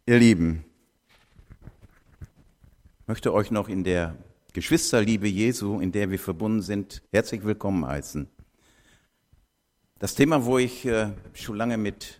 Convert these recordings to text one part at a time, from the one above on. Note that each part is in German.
Ihr Lieben, ich möchte euch noch in der Geschwisterliebe Jesu, in der wir verbunden sind, herzlich willkommen heißen. Das Thema, wo ich schon lange mit,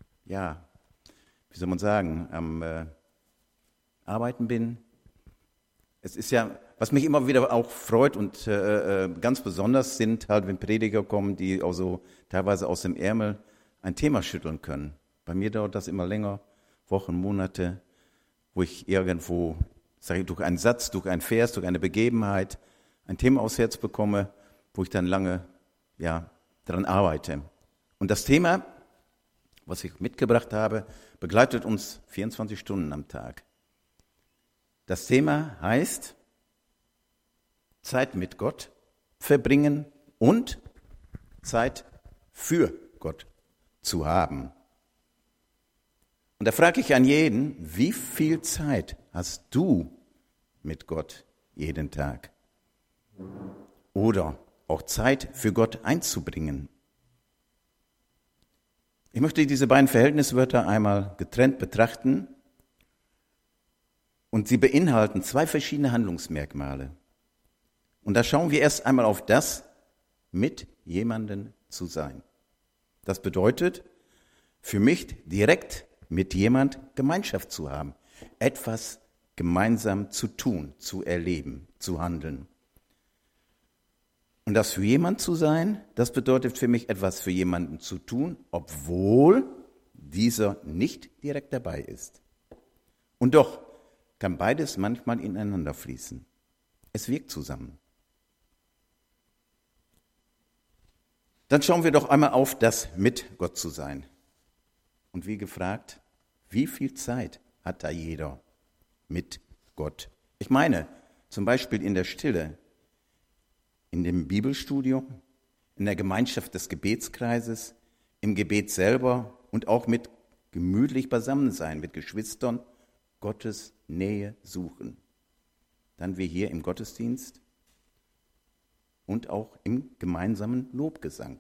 am Arbeiten bin. Es ist ja, was mich immer wieder auch freut und ganz besonders sind halt, wenn Prediger kommen, die auch so teilweise aus dem Ärmel ein Thema schütteln können. Bei mir dauert das immer länger, Wochen, Monate, wo ich irgendwo, durch einen Satz, durch einen Vers, durch eine Begebenheit ein Thema aufs Herz bekomme, wo ich dann lange daran arbeite. Und das Thema, was ich mitgebracht habe, begleitet uns 24 Stunden am Tag. Das Thema heißt Zeit mit Gott verbringen und Zeit für Gott zu haben. Und da frage ich an jeden, wie viel Zeit hast du mit Gott jeden Tag? Oder auch Zeit für Gott einzubringen? Ich möchte diese beiden Verhältniswörter einmal getrennt betrachten und sie beinhalten zwei verschiedene Handlungsmerkmale. Und da schauen wir erst einmal auf das, mit jemandem zu sein. Das bedeutet, für mich direkt mit jemand Gemeinschaft zu haben, etwas gemeinsam zu tun, zu erleben, zu handeln. Und das für jemand zu sein, das bedeutet für mich etwas für jemanden zu tun, obwohl dieser nicht direkt dabei ist. Und doch kann beides manchmal ineinander fließen. Es wirkt zusammen. Dann schauen wir doch einmal auf das mit Gott zu sein. Und wie gefragt, wie viel Zeit hat da jeder mit Gott? Ich meine, zum Beispiel in der Stille, in dem Bibelstudium, in der Gemeinschaft des Gebetskreises, im Gebet selber und auch mit gemütlich Beisammensein, mit Geschwistern, Gottes Nähe suchen. Dann wie hier im Gottesdienst und auch im gemeinsamen Lobgesang.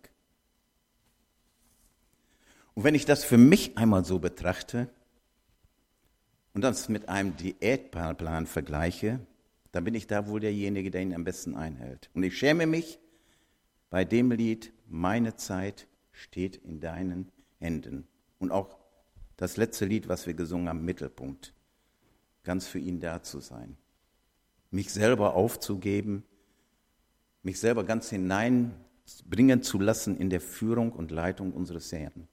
Und wenn ich das für mich einmal so betrachte und das mit einem Diätplan vergleiche, dann bin ich da wohl derjenige, der ihn am besten einhält. Und ich schäme mich bei dem Lied, meine Zeit steht in deinen Händen. Und auch das letzte Lied, was wir gesungen haben, Mittelpunkt, ganz für ihn da zu sein. Mich selber aufzugeben, mich selber ganz hineinbringen zu lassen in der Führung und Leitung unseres Herrn.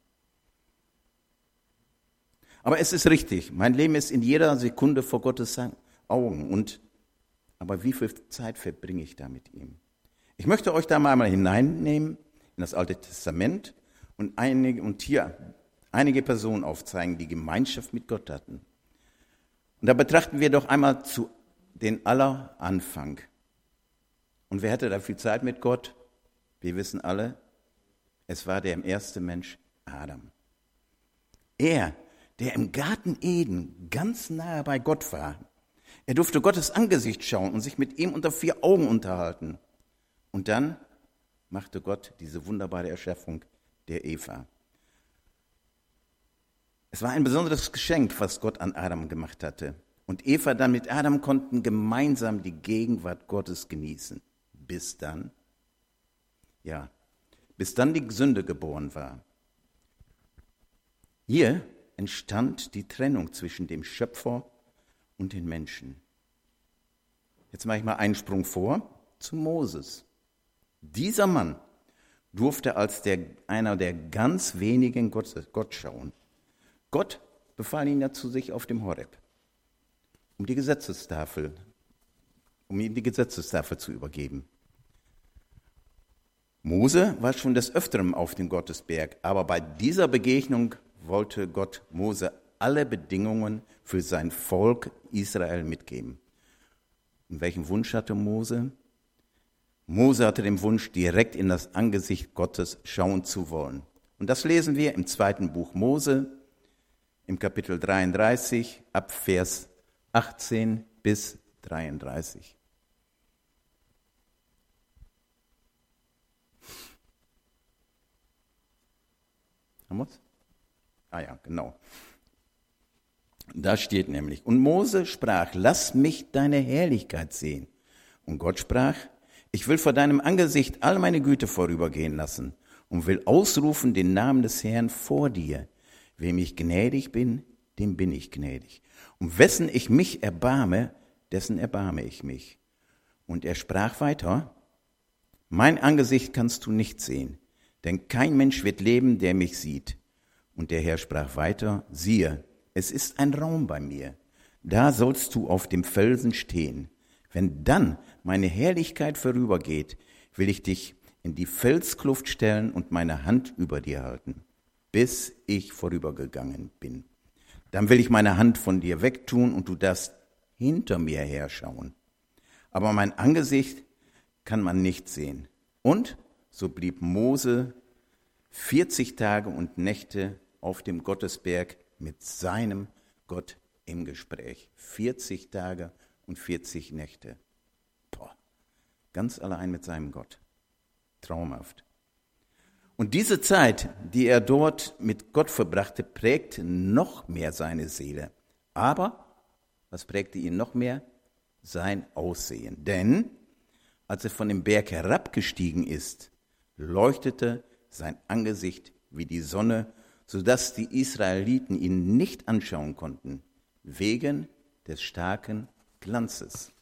Aber es ist richtig, mein Leben ist in jeder Sekunde vor Gottes Augen. Aber wie viel Zeit verbringe ich da mit ihm? Ich möchte euch da mal hineinnehmen in das Alte Testament und hier einige Personen aufzeigen, die Gemeinschaft mit Gott hatten. Und da betrachten wir doch einmal zu den Anfang. Und wer hatte da viel Zeit mit Gott? Wir wissen alle, es war der erste Mensch, Adam. Er, der im Garten Eden ganz nahe bei Gott war. Er durfte Gottes Angesicht schauen und sich mit ihm unter 4 Augen unterhalten. Und dann machte Gott diese wunderbare Erschaffung der Eva. Es war ein besonderes Geschenk, was Gott an Adam gemacht hatte. Und Eva dann mit Adam konnten gemeinsam die Gegenwart Gottes genießen. Bis dann die Sünde geboren war. Hier entstand die Trennung zwischen dem Schöpfer und den Menschen. Jetzt mache ich mal einen Sprung vor zu Moses. Dieser Mann durfte als einer der ganz wenigen Gott schauen. Gott befahl ihn ja zu sich auf dem Horeb, um ihm die Gesetzestafel zu übergeben. Mose war schon des Öfteren auf dem Gottesberg, aber bei dieser Begegnung wollte Gott Mose alle Bedingungen für sein Volk Israel mitgeben. Und welchen Wunsch hatte Mose? Mose hatte den Wunsch, direkt in das Angesicht Gottes schauen zu wollen. Und das lesen wir im 2. Buch Mose, im Kapitel 33, ab Vers 18 bis 33. Haben wir es? Ah ja, genau. Da steht nämlich, und Mose sprach, lass mich deine Herrlichkeit sehen. Und Gott sprach, ich will vor deinem Angesicht all meine Güte vorübergehen lassen und will ausrufen den Namen des Herrn vor dir. Wem ich gnädig bin, dem bin ich gnädig. Und wessen ich mich erbarme, dessen erbarme ich mich. Und er sprach weiter, mein Angesicht kannst du nicht sehen, denn kein Mensch wird leben, der mich sieht. Und der Herr sprach weiter, siehe, es ist ein Raum bei mir, da sollst du auf dem Felsen stehen. Wenn dann meine Herrlichkeit vorübergeht, will ich dich in die Felskluft stellen und meine Hand über dir halten, bis ich vorübergegangen bin. Dann will ich meine Hand von dir wegtun und du darfst hinter mir herschauen. Aber mein Angesicht kann man nicht sehen. Und so blieb Mose 40 Tage und Nächte auf dem Gottesberg mit seinem Gott im Gespräch. 40 Tage und 40 Nächte. Boah, ganz allein mit seinem Gott. Traumhaft. Und diese Zeit, die er dort mit Gott verbrachte, prägte noch mehr seine Seele. Aber, was prägte ihn noch mehr? Sein Aussehen. Denn, als er von dem Berg herabgestiegen ist, leuchtete sein Angesicht wie die Sonne, sodass die Israeliten ihn nicht anschauen konnten, wegen des starken Glanzes.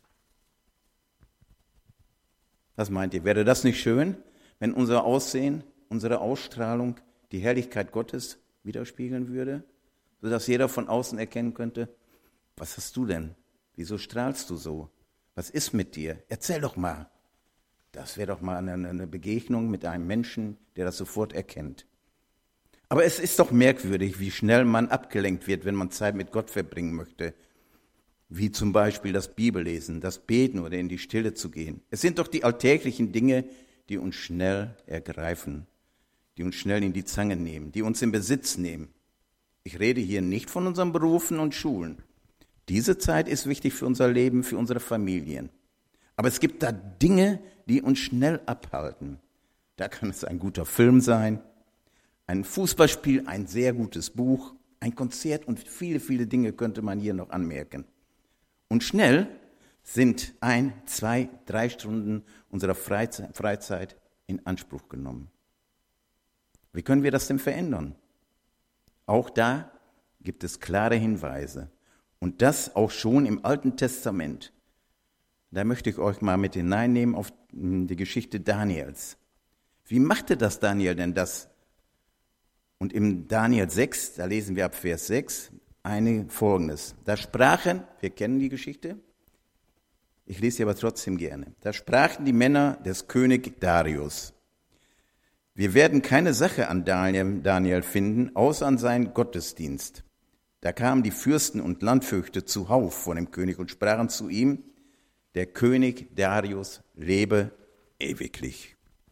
Was meint ihr? Wäre das nicht schön, wenn unser Aussehen, unsere Ausstrahlung die Herrlichkeit Gottes widerspiegeln würde, sodass jeder von außen erkennen könnte, was hast du denn? Wieso strahlst du so? Was ist mit dir? Erzähl doch mal. Das wäre doch mal eine Begegnung mit einem Menschen, der das sofort erkennt. Aber es ist doch merkwürdig, wie schnell man abgelenkt wird, wenn man Zeit mit Gott verbringen möchte. Wie zum Beispiel das Bibellesen, das Beten oder in die Stille zu gehen. Es sind doch die alltäglichen Dinge, die uns schnell ergreifen, die uns schnell in die Zange nehmen, die uns in Besitz nehmen. Ich rede hier nicht von unseren Berufen und Schulen. Diese Zeit ist wichtig für unser Leben, für unsere Familien. Aber es gibt da Dinge, die uns schnell abhalten. Da kann es ein guter Film sein, ein Fußballspiel, ein sehr gutes Buch, ein Konzert und viele, viele Dinge könnte man hier noch anmerken. Und schnell sind 1, 2, 3 Stunden unserer Freizeit in Anspruch genommen. Wie können wir das denn verändern? Auch da gibt es klare Hinweise. Und das auch schon im Alten Testament. Da möchte ich euch mal mit hineinnehmen auf die Geschichte Daniels. Wie machte das Daniel denn das? Und im Daniel 6, da lesen wir ab Vers 6, Folgendes. Da sprachen, wir kennen die Geschichte, ich lese sie aber trotzdem gerne. Da sprachen die Männer des Königs Darius. Wir werden keine Sache an Daniel finden, außer an seinen Gottesdienst. Da kamen die Fürsten und Landvögte zuhauf vor dem König und sprachen zu ihm, der König Darius lebe ewiglich.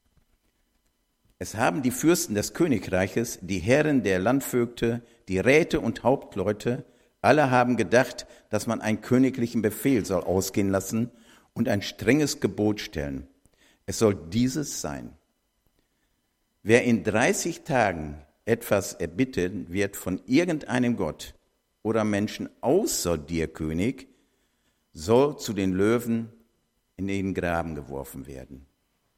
Es haben die Fürsten des Königreiches, die Herren der Landvögte, die Räte und Hauptleute, alle haben gedacht, dass man einen königlichen Befehl soll ausgehen lassen und ein strenges Gebot stellen. Es soll dieses sein. Wer in 30 Tagen etwas erbitten wird von irgendeinem Gott oder Menschen außer dir, König, soll zu den Löwen in den Graben geworfen werden.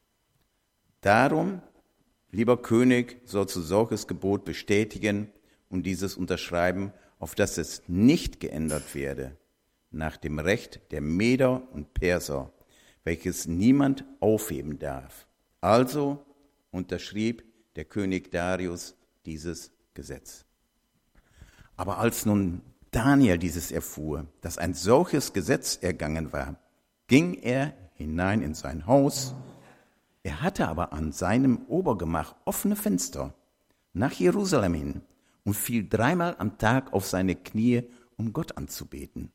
Darum, lieber König, sollst du solches Gebot bestätigen und dieses unterschreiben, auf dass es nicht geändert werde, nach dem Recht der Meder und Perser, welches niemand aufheben darf. Also unterschrieb der König Darius dieses Gesetz. Aber als nun Daniel dieses erfuhr, dass ein solches Gesetz ergangen war, ging er hinein in sein Haus. Er hatte aber an seinem Obergemach offene Fenster nach Jerusalem hin und fiel 3-mal am Tag auf seine Knie, um Gott anzubeten.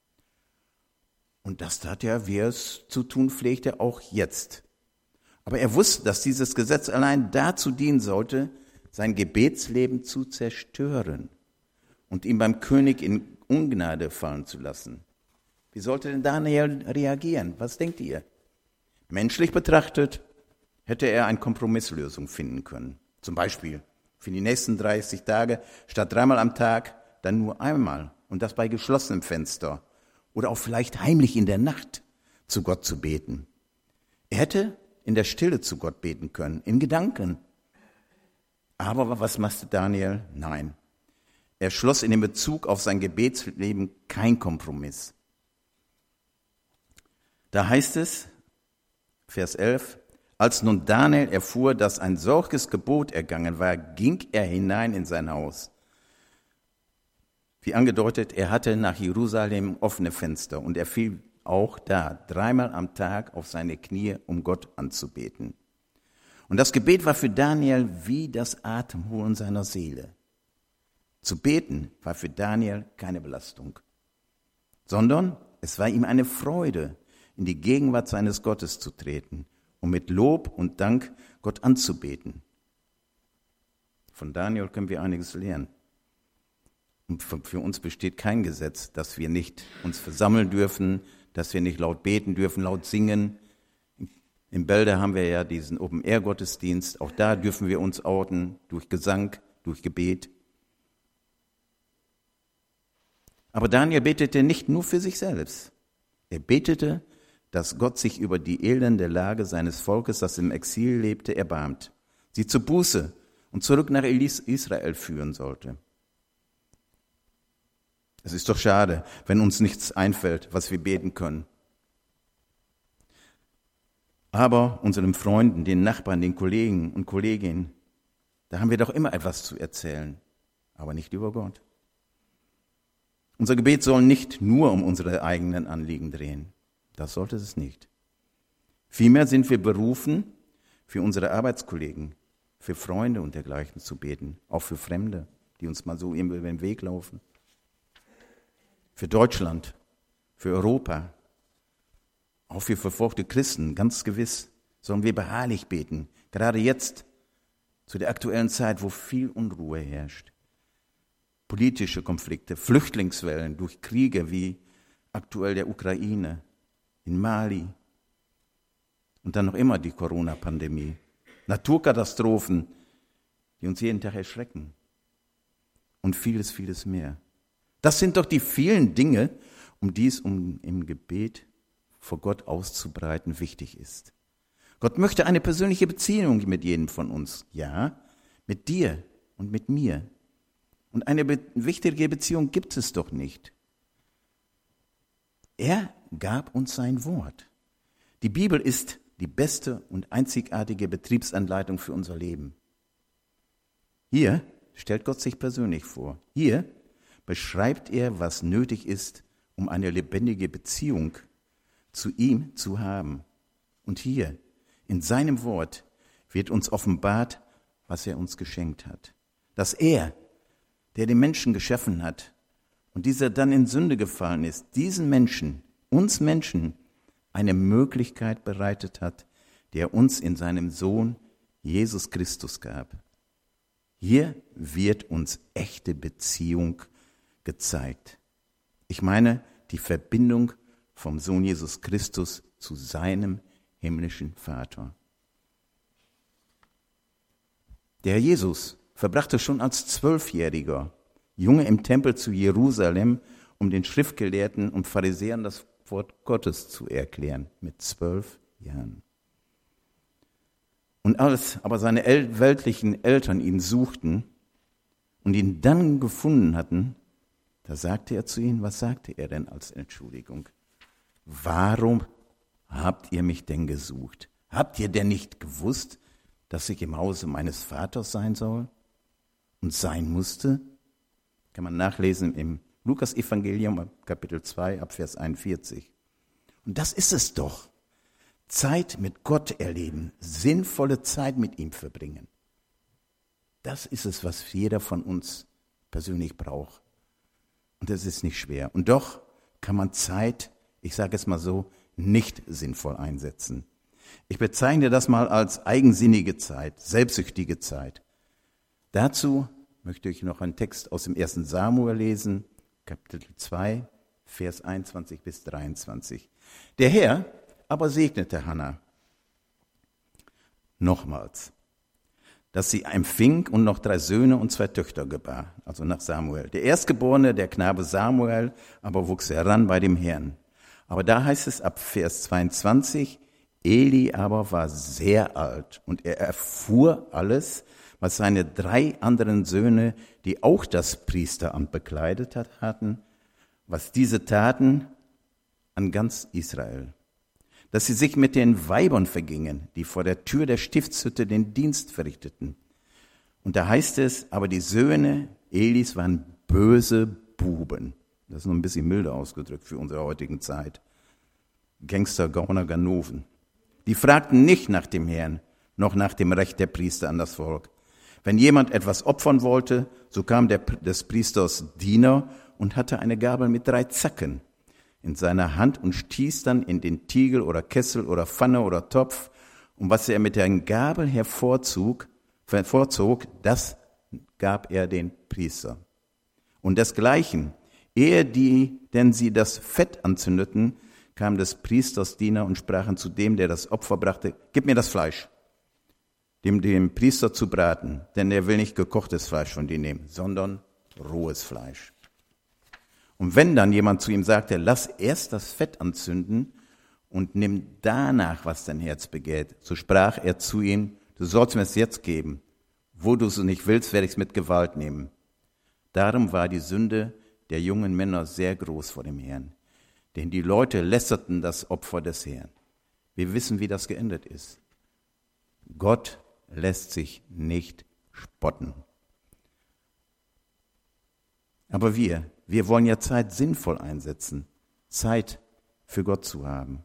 Und das tat er, wie er es zu tun pflegte, auch jetzt. Aber er wusste, dass dieses Gesetz allein dazu dienen sollte, sein Gebetsleben zu zerstören und ihn beim König in Ungnade fallen zu lassen. Wie sollte denn Daniel reagieren? Was denkt ihr? Menschlich betrachtet hätte er eine Kompromisslösung finden können. Zum Beispiel für die nächsten 30 Tage statt 3-mal am Tag dann nur einmal und das bei geschlossenem Fenster oder auch vielleicht heimlich in der Nacht zu Gott zu beten. Er hätte in der Stille zu Gott beten können, in Gedanken. Aber was machte Daniel? Nein. Er schloss in dem Bezug auf sein Gebetsleben kein Kompromiss. Da heißt es, Vers 11, als nun Daniel erfuhr, dass ein solches Gebot ergangen war, ging er hinein in sein Haus. Wie angedeutet, er hatte nach Jerusalem offene Fenster und er fiel auch da 3-mal am Tag auf seine Knie, um Gott anzubeten. Und das Gebet war für Daniel wie das Atemholen seiner Seele. Zu beten war für Daniel keine Belastung, sondern es war ihm eine Freude, in die Gegenwart seines Gottes zu treten, um mit Lob und Dank Gott anzubeten. Von Daniel können wir einiges lernen. Und für uns besteht kein Gesetz, dass wir nicht uns versammeln dürfen, dass wir nicht laut beten dürfen, laut singen. In Bälde haben wir ja diesen Open-Air-Gottesdienst. Auch da dürfen wir uns outen, durch Gesang, durch Gebet. Aber Daniel betete nicht nur für sich selbst. Er betete, dass Gott sich über die elende Lage seines Volkes, das im Exil lebte, erbarmt, sie zur Buße und zurück nach Israel führen sollte. Es ist doch schade, wenn uns nichts einfällt, was wir beten können. Aber unseren Freunden, den Nachbarn, den Kollegen und Kolleginnen, da haben wir doch immer etwas zu erzählen, aber nicht über Gott. Unser Gebet soll nicht nur um unsere eigenen Anliegen drehen. Das sollte es nicht. Vielmehr sind wir berufen, für unsere Arbeitskollegen, für Freunde und dergleichen zu beten, auch für Fremde, die uns mal so über den Weg laufen. Für Deutschland, für Europa, auch für verfolgte Christen, ganz gewiss, sollen wir beharrlich beten, gerade jetzt, zu der aktuellen Zeit, wo viel Unruhe herrscht. Politische Konflikte, Flüchtlingswellen durch Kriege wie aktuell der Ukraine, in Mali und dann noch immer die Corona-Pandemie. Naturkatastrophen, die uns jeden Tag erschrecken und vieles, vieles mehr. Das sind doch die vielen Dinge, um die es im Gebet vor Gott auszubreiten wichtig ist. Gott möchte eine persönliche Beziehung mit jedem von uns, ja, mit dir und mit mir. Und eine wichtige Beziehung gibt es doch nicht. Er gab uns sein Wort. Die Bibel ist die beste und einzigartige Betriebsanleitung für unser Leben. Hier stellt Gott sich persönlich vor. Hier beschreibt er, was nötig ist, um eine lebendige Beziehung zu ihm zu haben. Und hier, in seinem Wort, wird uns offenbart, was er uns geschenkt hat. Dass er, der den Menschen geschaffen hat und dieser dann in Sünde gefallen ist, diesen Menschen, uns Menschen, eine Möglichkeit bereitet hat, die er uns in seinem Sohn Jesus Christus gab. Hier wird uns echte Beziehung gezeigt. Ich meine die Verbindung vom Sohn Jesus Christus zu seinem himmlischen Vater. Der Herr Jesus verbrachte schon als 12-Jähriger Junge im Tempel zu Jerusalem, um den Schriftgelehrten und Pharisäern das Wort Gottes zu erklären, mit 12 Jahren. Und als aber seine weltlichen Eltern ihn suchten und ihn dann gefunden hatten, da sagte er zu ihnen, was sagte er denn als Entschuldigung? Warum habt ihr mich denn gesucht? Habt ihr denn nicht gewusst, dass ich im Hause meines Vaters sein soll und sein musste? Kann man nachlesen im Lukas-Evangelium, Kapitel 2, ab Vers 41. Und das ist es doch. Zeit mit Gott erleben, sinnvolle Zeit mit ihm verbringen. Das ist es, was jeder von uns persönlich braucht. Und das ist nicht schwer. Und doch kann man Zeit, ich sage es mal so, nicht sinnvoll einsetzen. Ich bezeichne das mal als eigensinnige Zeit, selbstsüchtige Zeit. Dazu möchte ich noch einen Text aus dem 1. Samuel lesen, Kapitel 2, Vers 21 bis 23. Der Herr aber segnete Hannah. Nochmals. das sie empfing und noch 3 Söhne und 2 Töchter gebar, also nach Samuel. Der Erstgeborene, der Knabe Samuel, aber wuchs heran bei dem Herrn. Aber da heißt es ab Vers 22, Eli aber war sehr alt und er erfuhr alles, was seine 3 anderen Söhne, die auch das Priesteramt bekleidet hatten, was diese taten an ganz Israel. Dass sie sich mit den Weibern vergingen, die vor der Tür der Stiftshütte den Dienst verrichteten. Und da heißt es, aber die Söhne Elis waren böse Buben. Das ist noch ein bisschen milder ausgedrückt für unsere heutigen Zeit. Gangster, Gauner, Ganoven. Die fragten nicht nach dem Herrn, noch nach dem Recht der Priester an das Volk. Wenn jemand etwas opfern wollte, so kam des Priesters Diener und hatte eine Gabel mit 3 Zacken in seiner Hand und stieß dann in den Tiegel oder Kessel oder Pfanne oder Topf. Und was er mit der Gabel hervorzog, das gab er den Priester. Und desgleichen, denn sie das Fett anzündeten, kam des Priesters Diener und sprachen zu dem, der das Opfer brachte, gib mir das Fleisch, dem Priester zu braten, denn er will nicht gekochtes Fleisch von dir nehmen, sondern rohes Fleisch. Und wenn dann jemand zu ihm sagte, lass erst das Fett anzünden und nimm danach, was dein Herz begehrt, so sprach er zu ihm, du sollst mir es jetzt geben. Wo du es nicht willst, werde ich es mit Gewalt nehmen. Darum war die Sünde der jungen Männer sehr groß vor dem Herrn. Denn die Leute lästerten das Opfer des Herrn. Wir wissen, wie das geendet ist. Gott lässt sich nicht spotten. Aber wir wollen ja Zeit sinnvoll einsetzen, Zeit für Gott zu haben.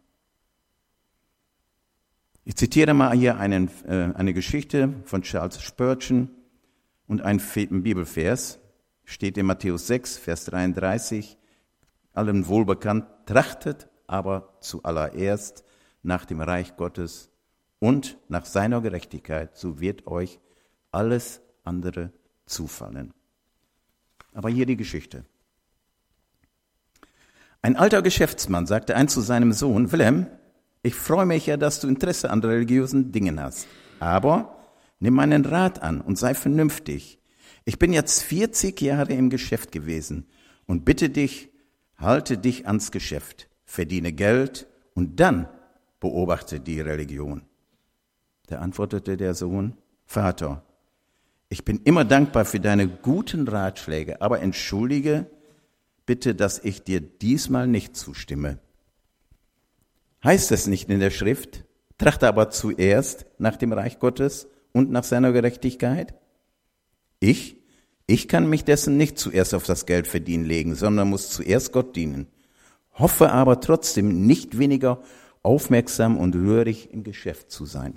Ich zitiere mal hier eine Geschichte von Charles Spurgeon und einen Bibelvers, steht in Matthäus 6, Vers 33, allen wohlbekannt, trachtet aber zuallererst nach dem Reich Gottes und nach seiner Gerechtigkeit, so wird euch alles andere zufallen. Aber hier die Geschichte. Ein alter Geschäftsmann sagte einst zu seinem Sohn, Wilhelm, ich freue mich ja, dass du Interesse an religiösen Dingen hast. Aber nimm meinen Rat an und sei vernünftig. Ich bin jetzt 40 Jahre im Geschäft gewesen und bitte dich, halte dich ans Geschäft, verdiene Geld und dann beobachte die Religion. Da antwortete der Sohn, Vater, ich bin immer dankbar für deine guten Ratschläge, aber entschuldige bitte, dass ich dir diesmal nicht zustimme. Heißt es nicht in der Schrift, trachte aber zuerst nach dem Reich Gottes und nach seiner Gerechtigkeit? Ich kann mich dessen nicht zuerst auf das Geldverdienen legen, sondern muss zuerst Gott dienen. Hoffe aber trotzdem nicht weniger aufmerksam und rührig im Geschäft zu sein.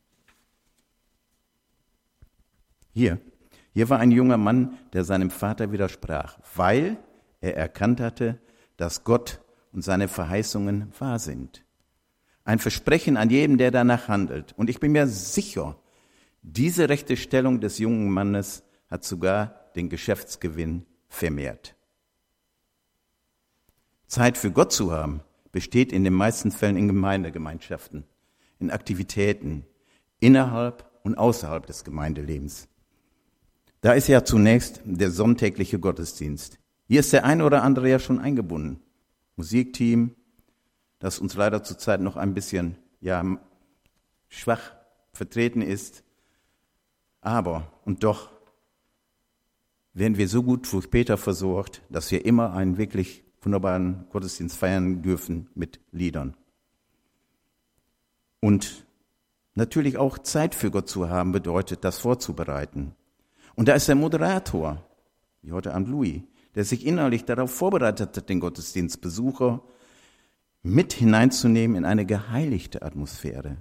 Hier war ein junger Mann, der seinem Vater widersprach, weil er erkannt hatte, dass Gott und seine Verheißungen wahr sind. Ein Versprechen an jeden, der danach handelt. Und ich bin mir sicher, diese rechte Stellung des jungen Mannes hat sogar den Geschäftsgewinn vermehrt. Zeit für Gott zu haben, besteht in den meisten Fällen in Gemeindegemeinschaften, in Aktivitäten, innerhalb und außerhalb des Gemeindelebens. Da ist ja zunächst der sonntägliche Gottesdienst. Hier ist der eine oder andere ja schon eingebunden. Musikteam, das uns leider zurzeit noch ein bisschen schwach vertreten ist. Aber und doch werden wir so gut durch Peter versorgt, dass wir immer einen wirklich wunderbaren Gottesdienst feiern dürfen mit Liedern. Und natürlich auch Zeit für Gott zu haben, bedeutet, das vorzubereiten. Und da ist der Moderator, wie heute Abend Louis, der sich innerlich darauf vorbereitet hat, den Gottesdienstbesucher mit hineinzunehmen in eine geheiligte Atmosphäre.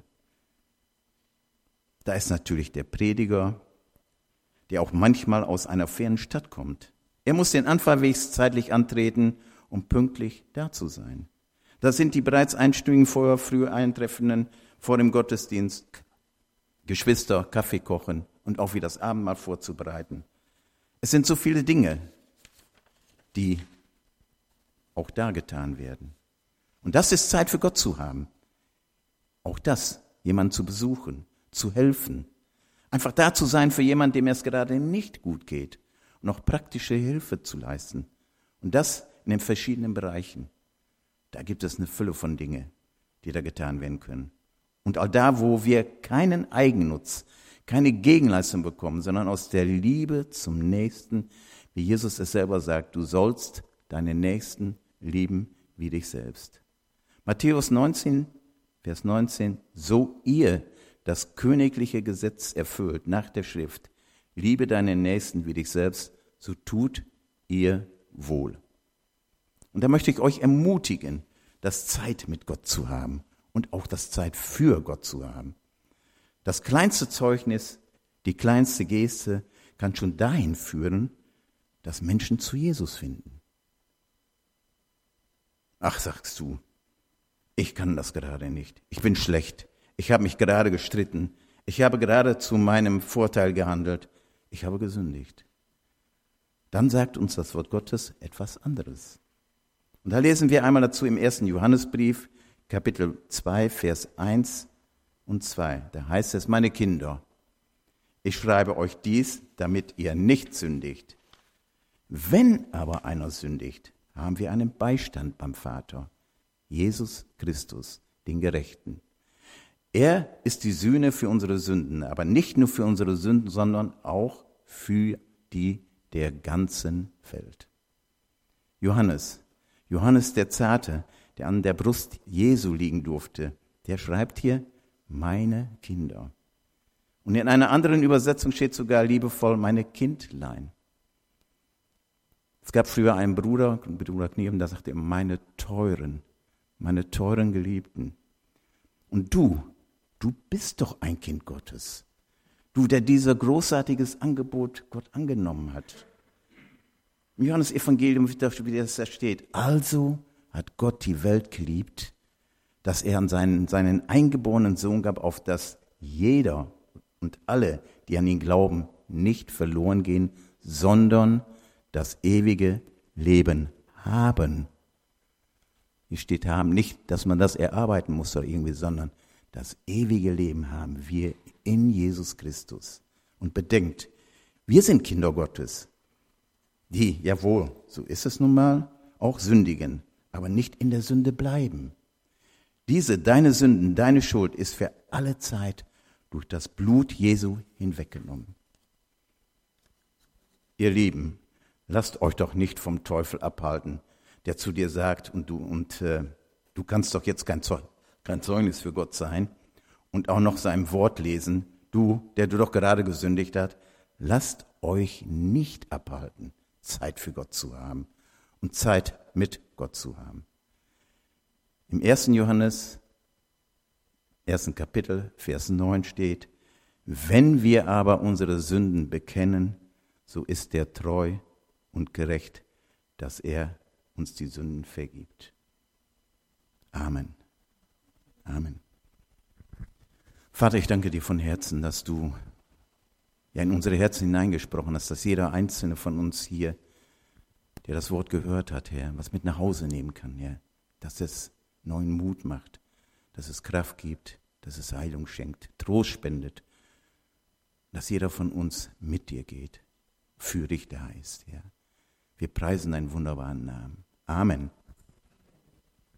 Da ist natürlich der Prediger, der auch manchmal aus einer fernen Stadt kommt. Er muss den Anfahrweg zeitlich antreten, um pünktlich da zu sein. Da sind die bereits einstündigen vorher früh Eintreffenden vor dem Gottesdienst, Geschwister, Kaffee kochen und auch wie das Abendmahl vorzubereiten. Es sind so viele Dinge, die auch da getan werden. Und das ist Zeit für Gott zu haben. Auch das, jemanden zu besuchen, zu helfen, Einfach da zu sein für jemanden, dem es gerade nicht gut geht und auch praktische Hilfe zu leisten. Und das in den verschiedenen Bereichen. Da gibt es eine Fülle von Dingen, die da getan werden können. Und auch da, wo wir keinen Eigennutz, keine Gegenleistung bekommen, sondern aus der Liebe zum Nächsten, wie Jesus es selber sagt, du sollst deinen Nächsten lieben wie dich selbst. Matthäus 19, Vers 19, so ihr das königliche Gesetz erfüllt nach der Schrift, liebe deinen Nächsten wie dich selbst, so tut ihr wohl. Und da möchte ich euch ermutigen, das Zeit mit Gott zu haben und auch das Zeit für Gott zu haben. Das kleinste Zeugnis, die kleinste Geste kann schon dahin führen, dass Menschen zu Jesus finden. Ach, sagst du, ich kann das gerade nicht. Ich bin schlecht. Ich habe mich gerade gestritten. Ich habe gerade zu meinem Vorteil gehandelt. Ich habe gesündigt. Dann sagt uns das Wort Gottes etwas anderes. Und da lesen wir einmal dazu im 1. Johannesbrief, Kapitel 2, Vers 1 und 2. Da heißt es, meine Kinder, ich schreibe euch dies, damit ihr nicht sündigt. Wenn aber einer sündigt, haben wir einen Beistand beim Vater, Jesus Christus, den Gerechten. Er ist die Sühne für unsere Sünden, aber nicht nur für unsere Sünden, sondern auch für die der ganzen Welt. Johannes der Zarte, der an der Brust Jesu liegen durfte, der schreibt hier, meine Kinder. Und in einer anderen Übersetzung steht sogar liebevoll, meine Kindlein. Es gab früher einen Bruder Knieven, der sagte, meine teuren Geliebten. Und du bist doch ein Kind Gottes. Du, der dieser großartiges Angebot Gott angenommen hat. Im Johannes-Evangelium, wie das da steht, also hat Gott die Welt geliebt, dass er an seinen eingeborenen Sohn gab, auf dass jeder und alle, die an ihn glauben, nicht verloren gehen, sondern das ewige Leben haben. Hier steht haben, nicht, dass man das erarbeiten muss oder irgendwie, sondern das ewige Leben haben wir in Jesus Christus. Und bedenkt, wir sind Kinder Gottes, die, jawohl, so ist es nun mal, auch sündigen, aber nicht in der Sünde bleiben. Deine Sünden, deine Schuld ist für alle Zeit durch das Blut Jesu hinweggenommen. Ihr Lieben, lasst euch doch nicht vom Teufel abhalten, der zu dir sagt, du kannst doch jetzt kein Zeugnis für Gott sein und auch noch sein Wort lesen, der du doch gerade gesündigt hast. Lasst euch nicht abhalten, Zeit für Gott zu haben und Zeit mit Gott zu haben. Im 1. Johannes, 1. Kapitel, Vers 9 steht, wenn wir aber unsere Sünden bekennen, so ist er treu und gerecht, dass er uns die Sünden vergibt. Amen. Amen. Vater, ich danke dir von Herzen, dass du in unsere Herzen hineingesprochen hast, dass jeder einzelne von uns hier, der das Wort gehört hat, Herr, was mit nach Hause nehmen kann, Herr, dass es neuen Mut macht, dass es Kraft gibt, dass es Heilung schenkt, Trost spendet, dass jeder von uns mit dir geht, für dich da ist, Herr. Wir preisen deinen wunderbaren Namen. Amen.